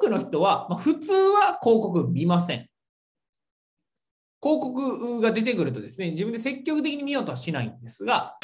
くの人は、普通は広告見ません。広告が出てくるとですね、自分で積極的に見ようとはしないんですが、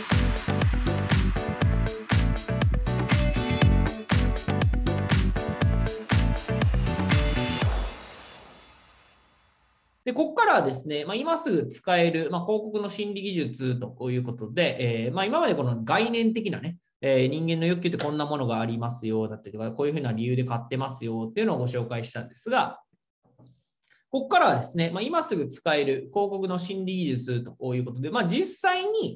で、ここからはですね、今すぐ使える、広告の心理技術ということで、今までこの概念的なね、人間の欲求ってこんなものがありますよ、だったりとか、こういうふうな理由で買ってますよっていうのをご紹介したんですが、ここからはですね、今すぐ使える広告の心理技術ということで、実際に、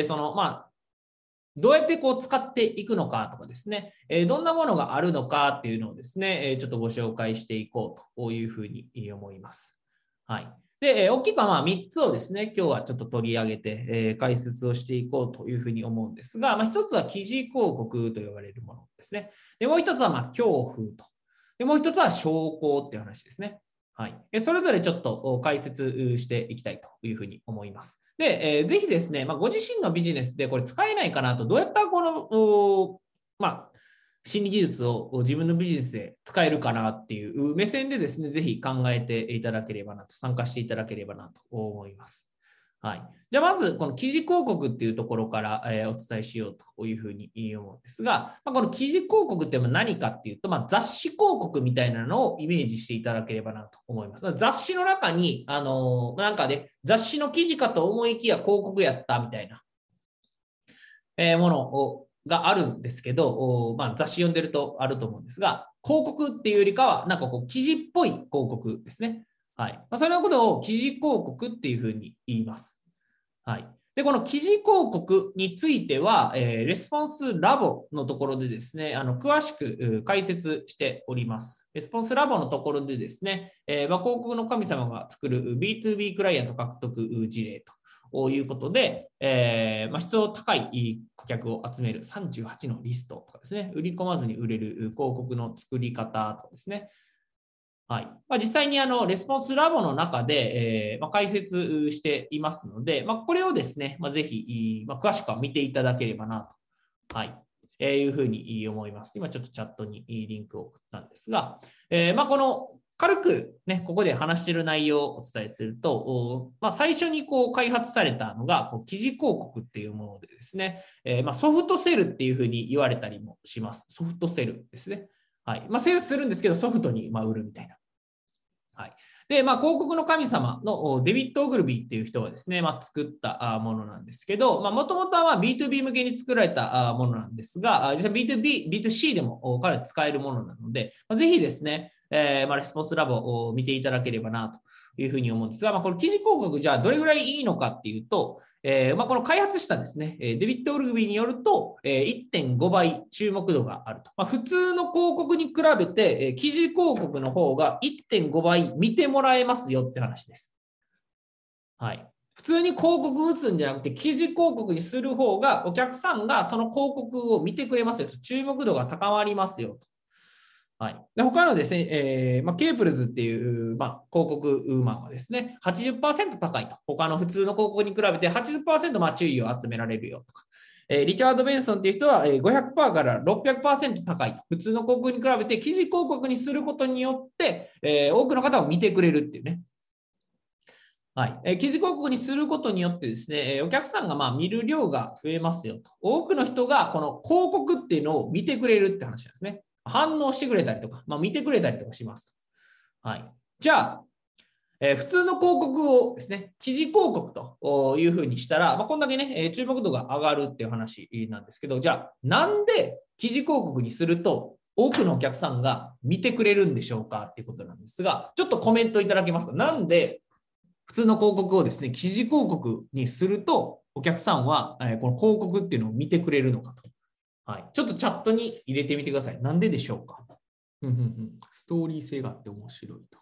どうやってこう使っていくのかとかですね、どんなものがあるのかっていうのをですね、ちょっとご紹介していこうというふうに思います。はい。で、大きくは3つをですね、今日はちょっと取り上げて、解説をしていこうというふうに思うんですが、1つは記事広告と呼ばれるものですね。で、もう1つは恐怖と。で、もう1つは証拠っていう話ですね。はい。それぞれちょっと解説していきたいというふうに思います。で、ぜひですね、ご自身のビジネスでこれ使えないかなと、どうやったらこの、心理技術を自分のビジネスで使えるかなっていう目線でですね、ぜひ考えていただければなと、参加していただければなと思います。はい。じゃあまず、この記事広告っていうところから、お伝えしようというふうに思うんですが、この記事広告って何かっていうと、雑誌広告みたいなのをイメージしていただければなと思います。雑誌の中に、なんかね、雑誌の記事かと思いきや広告やったみたいな、ものをがあるんですけど、雑誌読んでるとあると思うんですが、広告っていうよりかは、なんかこう、記事っぽい広告ですね。はい。それのことを記事広告っていうふうに言います。はい。で、この記事広告については、レスポンスラボのところでですね、詳しく解説しております。レスポンスラボのところでですね、広告の神様が作る B2B クライアント獲得事例ということで、質の高い顧客を集める38のリストとかですね、売り込まずに売れる広告の作り方とかですね、はい。実際にレスポンスラボの中で、解説していますので、これをですね、ぜひ、詳しくは見ていただければなと、はい。いうふうに思います。今ちょっとチャットにリンクを送ったんですが、この軽くね、ここで話している内容をお伝えすると、最初にこう開発されたのが、記事広告っていうものでですね、ソフトセルっていうふうに言われたりもします。ソフトセルですね。はい。セールスするんですけど、ソフトに売るみたいな。はい。で、広告の神様のデビッド・オグルビーっていう人がですね、作ったものなんですけど、もともとは B2B 向けに作られたものなんですが、実は B2B、B2C でもかなり使えるものなので、ぜひですね、レスポンスラボを見ていただければなというふうに思うんですが、この記事広告じゃあどれぐらいいいのかっていうと、この開発したですね、デビッド・オルグビーによると、1.5 倍注目度があると。普通の広告に比べて、記事広告の方が 1.5 倍見てもらえますよって話です。はい。普通に広告打つんじゃなくて、記事広告にする方が、お客さんがその広告を見てくれますよと。注目度が高まりますよと。はい、で他のですね、ケープルズっていう、広告マンはですね、80% 高いと。他の普通の広告に比べて 80% 注意を集められるよとか。リチャード・ベンソンっていう人は 500% から 600% 高いと。普通の広告に比べて記事広告にすることによって、多くの方を見てくれるっていうね。はい。記事広告にすることによってですね、お客さんが見る量が増えますよと。多くの人がこの広告っていうのを見てくれるって話なんですね。反応してくれたりとか、見てくれたりとかしますと。はい。じゃあ、普通の広告をですね、記事広告というふうにしたら、こんだけね、注目度が上がるっていう話なんですけど、じゃあ、なんで記事広告にすると、多くのお客さんが見てくれるんでしょうかっていうことなんですが、ちょっとコメントいただけますか。なんで普通の広告をですね、記事広告にすると、お客さんはこの広告っていうのを見てくれるのかと。はい。ちょっとチャットに入れてみてください。なんででしょうか。ストーリー性があって面白いと。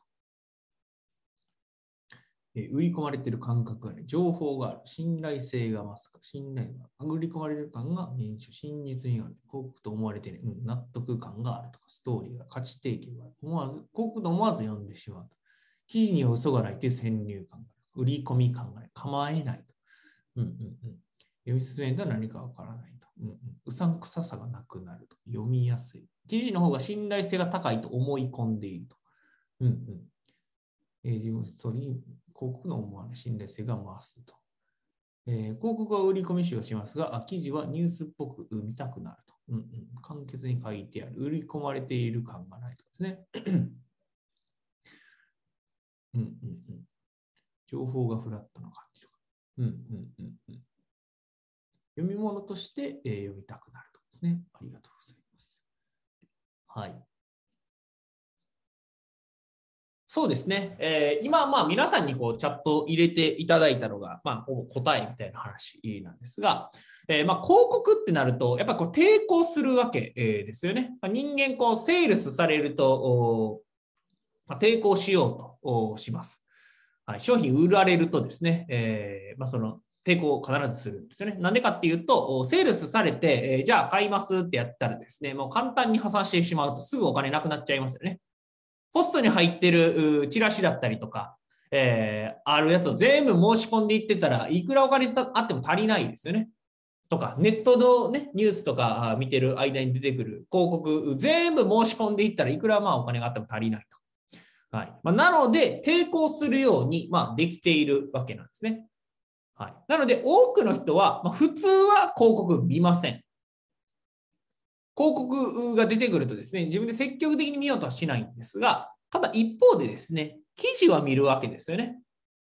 売り込まれている感覚がね、情報がある、信頼性が増すか、信頼が売り込まれる感が減少、真実にある、広告と思われてね、納得感があるとか、ストーリーが価値提供がある、広告と思わず読んでしまうと。記事には嘘がないという先入観がある、売り込み感がない、構えないと。 読み進めると何かわからないと。うさんくささがなくなると。読みやすい。記事の方が信頼性が高いと思い込んでいると。自分ストーリー、広告の思わぬ信頼性が増すと。広告は売り込み使用しますが、記事はニュースっぽく見たくなると。簡潔に書いてある。売り込まれている感がないとですね。情報がフラットな感じとか。読み物として、読みたくなるとですね。ありがとうございます。はい。そうですね。今、皆さんにこうチャットを入れていただいたのが、ほぼ答えみたいな話なんですが、広告ってなると、やっぱりこう抵抗するわけですよね。人間、こう、セールスされると、抵抗しようとします。はい、商品売られるとですね、その抵抗を必ずするんですよね。なんでかっていうと、セールスされて、じゃあ買いますってやったらですね、もう簡単に破産してしまうとすぐお金なくなっちゃいますよね。ポストに入ってるチラシだったりとか、あるやつを全部申し込んでいってたらいくらお金あっても足りないですよね。とか、ネットの、ね、ニュースとか見てる間に出てくる広告、全部申し込んでいったらいくらお金があっても足りないと。はい。なので、抵抗するように、できているわけなんですね。はい。なので、多くの人は、普通は広告見ません。広告が出てくるとですね、自分で積極的に見ようとはしないんですが、ただ一方でですね、記事は見るわけですよね。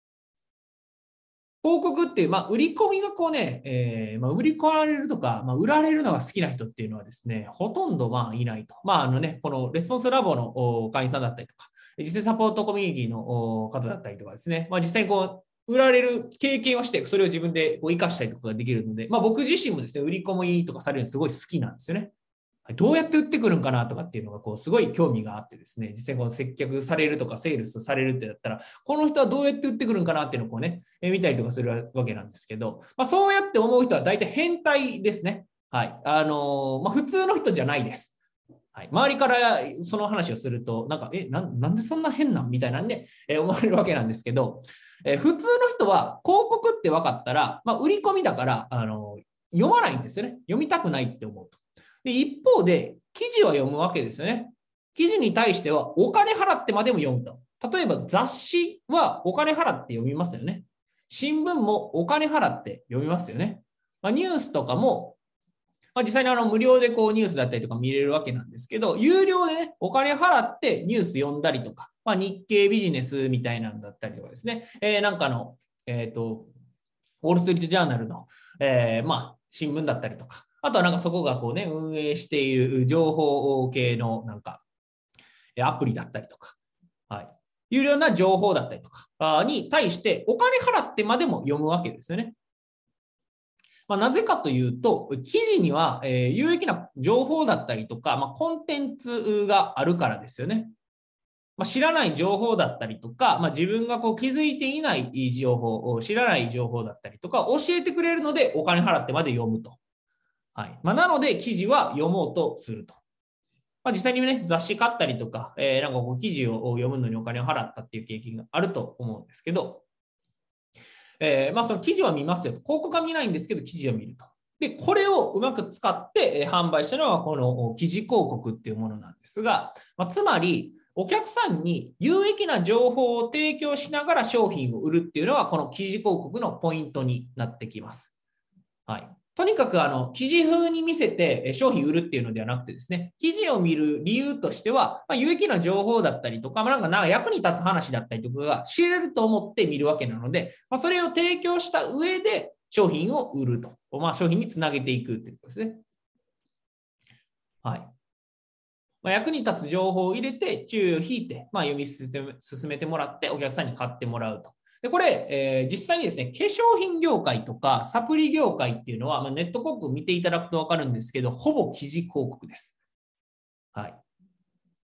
広告って、売り込みがこうね、売り込まれるとか、売られるのが好きな人っていうのはですね、ほとんどいないと。このレスポンスラボの会員さんだったりとか、実践サポートコミュニティの方だったりとかですね、実際にこう、売られる経験をして、それを自分でこう生かしたりとかができるので、僕自身もですね、売り込みとかされるのすごい好きなんですよね。どうやって売ってくるんかなとかっていうのがこうすごい興味があってですね、実際こう接客されるとかセールスされるってだったら、この人はどうやって売ってくるんかなっていうのをこうね、見たりとかするわけなんですけど、そうやって思う人は大体変態ですね。はい。普通の人じゃないです。はい、周りからその話をすると、なんでそんな変なんみたいなんで、思われるわけなんですけど、普通の人は広告って分かったら、売り込みだから、読まないんですよね。読みたくないって思うと。で、一方で、記事は読むわけですよね。記事に対してはお金払ってまでも読むと。例えば雑誌はお金払って読みますよね。新聞もお金払って読みますよね。ニュースとかも、実際に無料でこうニュースだったりとか見れるわけなんですけど、有料でね、お金払ってニュース読んだりとか、日経ビジネスみたいなんだったりとかですね、ウォールストリートジャーナルの、新聞だったりとか、あとはそこがこうね、運営している情報系のアプリだったりとか、はい。有料な情報だったりとかに対してお金払ってまでも読むわけですよね。なぜかというと、記事には有益な情報だったりとか、コンテンツがあるからですよね。知らない情報だったりとか、自分がこう気づいていない情報、知らない情報だったりとか、教えてくれるのでお金払ってまで読むと。はい。なので、記事は読もうとすると。実際にね、雑誌買ったりとか、こう記事を読むのにお金を払ったっていう経験があると思うんですけど、その記事は見ますよと。広告は見ないんですけど、記事を見ると。で、これをうまく使って販売したのは、この記事広告っていうものなんですが、つまり、お客さんに有益な情報を提供しながら商品を売るっていうのは、この記事広告のポイントになってきます。はい。とにかく記事風に見せて商品売るっていうのではなくてですね、記事を見る理由としては、有益な情報だったりとか、役に立つ話だったりとかが知れると思って見るわけなので、それを提供した上で商品を売ると。商品につなげていくっていうことですね。はい。役に立つ情報を入れて、注意を引いて、読み進めてもらって、お客さんに買ってもらうと。で、これ、実際にですね、化粧品業界とかサプリ業界っていうのは、ネット広告見ていただくと分かるんですけど、ほぼ記事広告です。はい。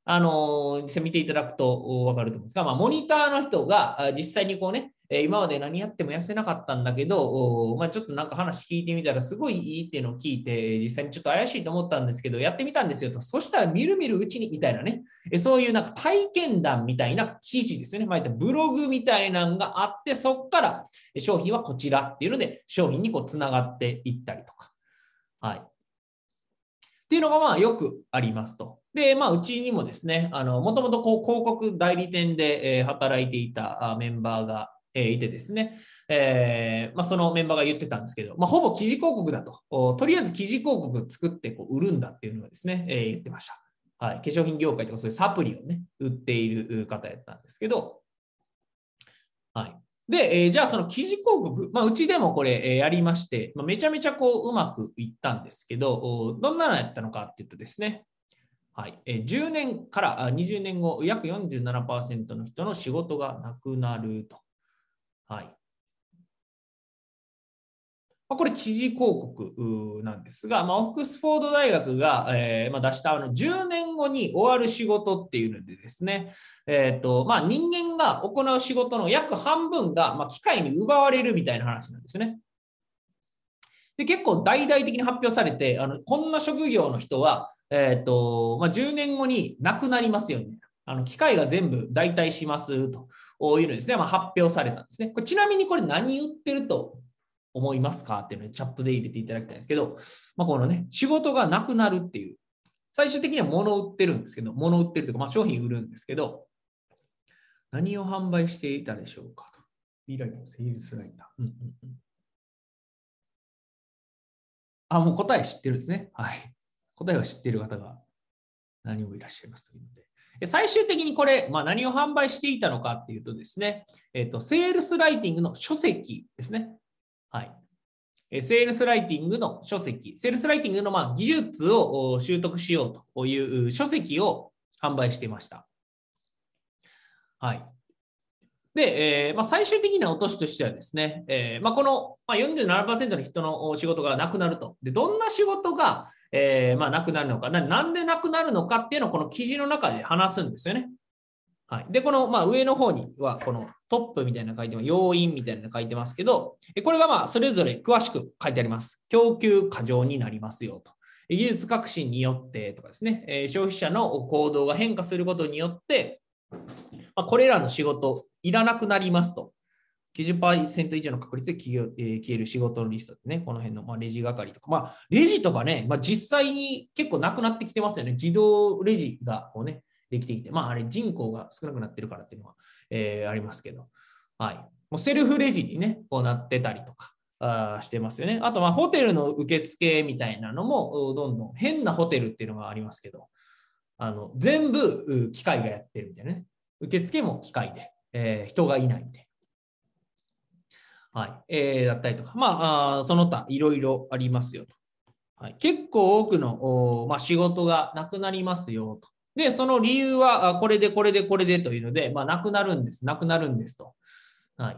実際見ていただくと分かると思うんですが、モニターの人が実際にこうね、今まで何やっても痩せなかったんだけど、ちょっとなんか話聞いてみたらすごいいいっていうのを聞いて、実際にちょっと怪しいと思ったんですけど、やってみたんですよと。そしたらみるみるうちにみたいなね、そういうなんか体験談みたいな記事ですよね。ブログみたいなのがあって、そこから商品はこちらっていうので、商品にこうつながっていったりとか。はい。っていうのがよくありますと。で、うちにもですね、もともとこう広告代理店で働いていたメンバーがいてですね、そのメンバーが言ってたんですけど、ほぼ記事広告だと。とりあえず記事広告作ってこう売るんだっていうのをですね、言ってました。はい。化粧品業界とかそういうサプリをね、売っている方やったんですけど、はい。で、じゃあその記事広告、うちでもこれ、やりまして、めちゃめちゃこううまくいったんですけど、どんなのやったのかっていうとですね、はい、10年から20年後、約 47% の人の仕事がなくなると。はい。これ記事広告なんですが、オックスフォード大学が、出した10年後に終わる仕事っていうのでですね、人間が行う仕事の約半分が、機械に奪われるみたいな話なんですね。で結構大々的に発表されて、こんな職業の人は、10年後になくなりますよね。機械が全部代替しますというのですね、発表されたんですね。ちなみにこれ何言ってると思いますかっていうのをチャットで入れていただきたいんですけど、このね、仕事がなくなるっていう、最終的には物を売ってるんですけど、物を売ってるというか、商品売るんですけど、何を販売していたでしょうかと。セールスライター。もう答え知ってるんですね。はい。答えを知っている方が何もいらっしゃいますというので。最終的にこれ、何を販売していたのかっていうとですね、セールスライティングの書籍ですね。はい。セールスライティングの書籍、セールスライティングの技術を習得しようという書籍を販売していました。はい。で、最終的な落としとしてはですね、この、47% の人の仕事がなくなると。で、どんな仕事が、なくなるのか、なんでなくなるのかっていうのをこの記事の中で話すんですよね。はい。で、この、上の方には、このトップみたいなの書いてます、要因みたいなの書いてますけど、これがそれぞれ詳しく書いてあります。供給過剰になりますよと。技術革新によってとかですね、消費者の行動が変化することによって、これらの仕事いらなくなりますと。90% 以上の確率で消える仕事のリストでね、この辺のレジ係とか、レジとかね、実際に結構なくなってきてますよね。自動レジがこうね、できてきて、あれ人口が少なくなってるからっていうのは、ありますけど、はい。もうセルフレジにね、こうなってたりとかしてますよね。あと、ホテルの受付みたいなのも、どんどん変なホテルっていうのがありますけど、全部機械がやってるみたいなね。受付も機械で、人がいないんで。はい。だったりとか、その他いろいろありますよと。はい、結構多くの、仕事がなくなりますよと。で、その理由は、これで、これで、これでというので、なくなるんです、なくなるんですと。はい。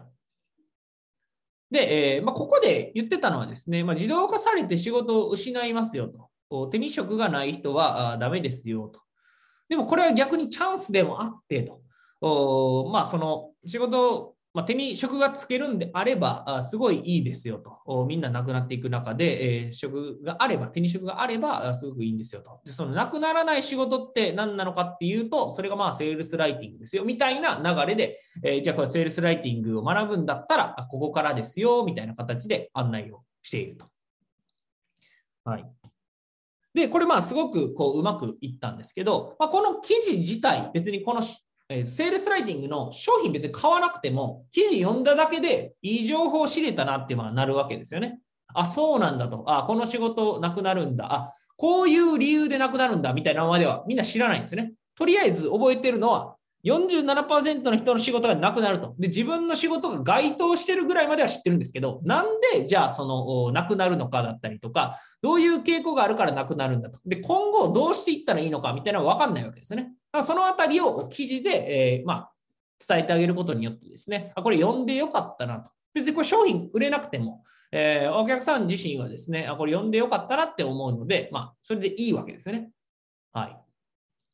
で、ここで言ってたのはですね、自動化されて仕事を失いますよと。手に職がない人はダメですよと。でもこれは逆にチャンスでもあってと。その仕事、手に職がつけるんであれば、すごいいいですよと。みんななくなっていく中で、職があれば、手に職があれば、すごくいいんですよと。でそのなくならない仕事って何なのかっていうと、それがセールスライティングですよ、みたいな流れで、じゃあこれセールスライティングを学ぶんだったら、ここからですよ、みたいな形で案内をしていると。はい。で、これすごくうまくいったんですけど、この記事自体、別にこのセールスライティングの商品別に買わなくても、記事読んだだけでいい情報を知れたなってなるわけですよね。あ、そうなんだと。この仕事なくなるんだ。こういう理由でなくなるんだみたいなまではみんな知らないんですよね。とりあえず覚えてるのは、47% の人の仕事がなくなると。で、自分の仕事が該当してるぐらいまでは知ってるんですけど、なんで、じゃあ、なくなるのかだったりとか、どういう傾向があるからなくなるんだと。で、今後どうしていったらいいのかみたいなのは分かんないわけですよね。そのあたりを記事で、伝えてあげることによってですね、これ読んでよかったなと。別にこれ商品売れなくても、お客さん自身はですね、これ読んでよかったなって思うので、それでいいわけですよね。はい。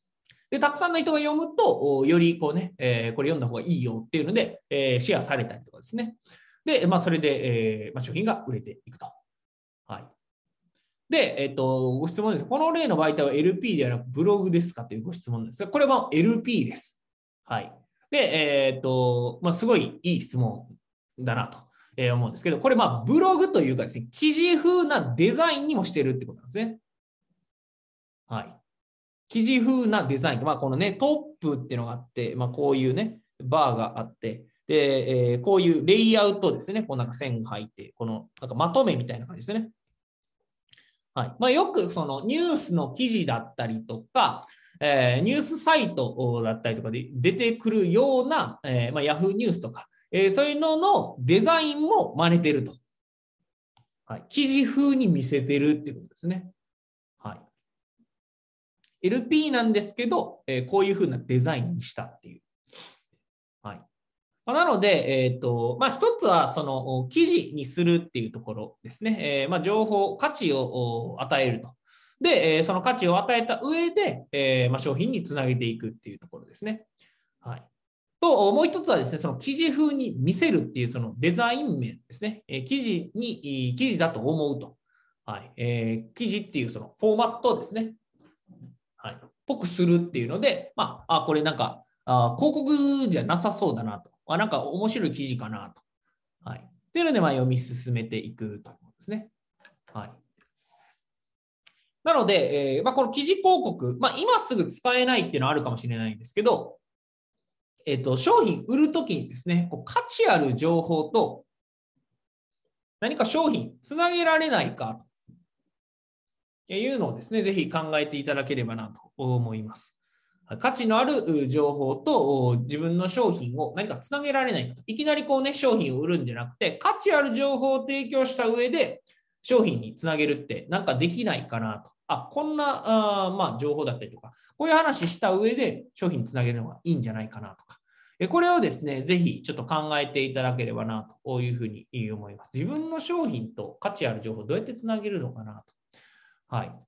で、たくさんの人が読むと、よりこうね、これ読んだ方がいいよっていうので、シェアされたりとかですね。で、それで、商品が売れていくと。はい。で、ご質問です。この例の媒体は LP ではなくブログですかというご質問ですが、これは LP です。はい。で、すごいいい質問だなと思うんですけど、これブログというかですね、記事風なデザインにもしてるってことなんですね。はい。記事風なデザイン。このね、トップっていうのがあって、こういうね、バーがあって、で、こういうレイアウトですね。こうなんか線が入って、このなんかまとめみたいな感じですね。はい。よくそのニュースの記事だったりとか、ニュースサイトだったりとかで出てくるような、ヤフーニュースとか、そういうののデザインも真似てると。はい。記事風に見せてるっていうことですね。はい。LP なんですけど、こういう風なデザインにしたっていう。はい。なので、一つはその記事にするっていうところですね。情報、価値を与えると。で、その価値を与えた上で、商品につなげていくっていうところですね。はい。と、もう一つはですね、その記事風に見せるっていうそのデザイン面ですね。記事だと思うと。はい。記事っていうそのフォーマットですね。はい。ぽくするっていうので、これなんか、広告じゃなさそうだなと。なんか面白い記事かなと。はい。っていうので、読み進めていくということですね。はい。なので、この記事広告、今すぐ使えないっていうのはあるかもしれないんですけど、商品売るときにですね、こう価値ある情報と何か商品つなげられないかというのをですね、ぜひ考えていただければなと思います。価値のある情報と自分の商品を何かつなげられないかと。いきなりこうね、商品を売るんじゃなくて、価値ある情報を提供した上で商品につなげるってなんかできないかなと。こんな情報だったりとか、こういう話した上で商品につなげるのがいいんじゃないかなとか。これをですね、ぜひちょっと考えていただければなというふうに思います。自分の商品と価値ある情報をどうやってつなげるのかなと。はい。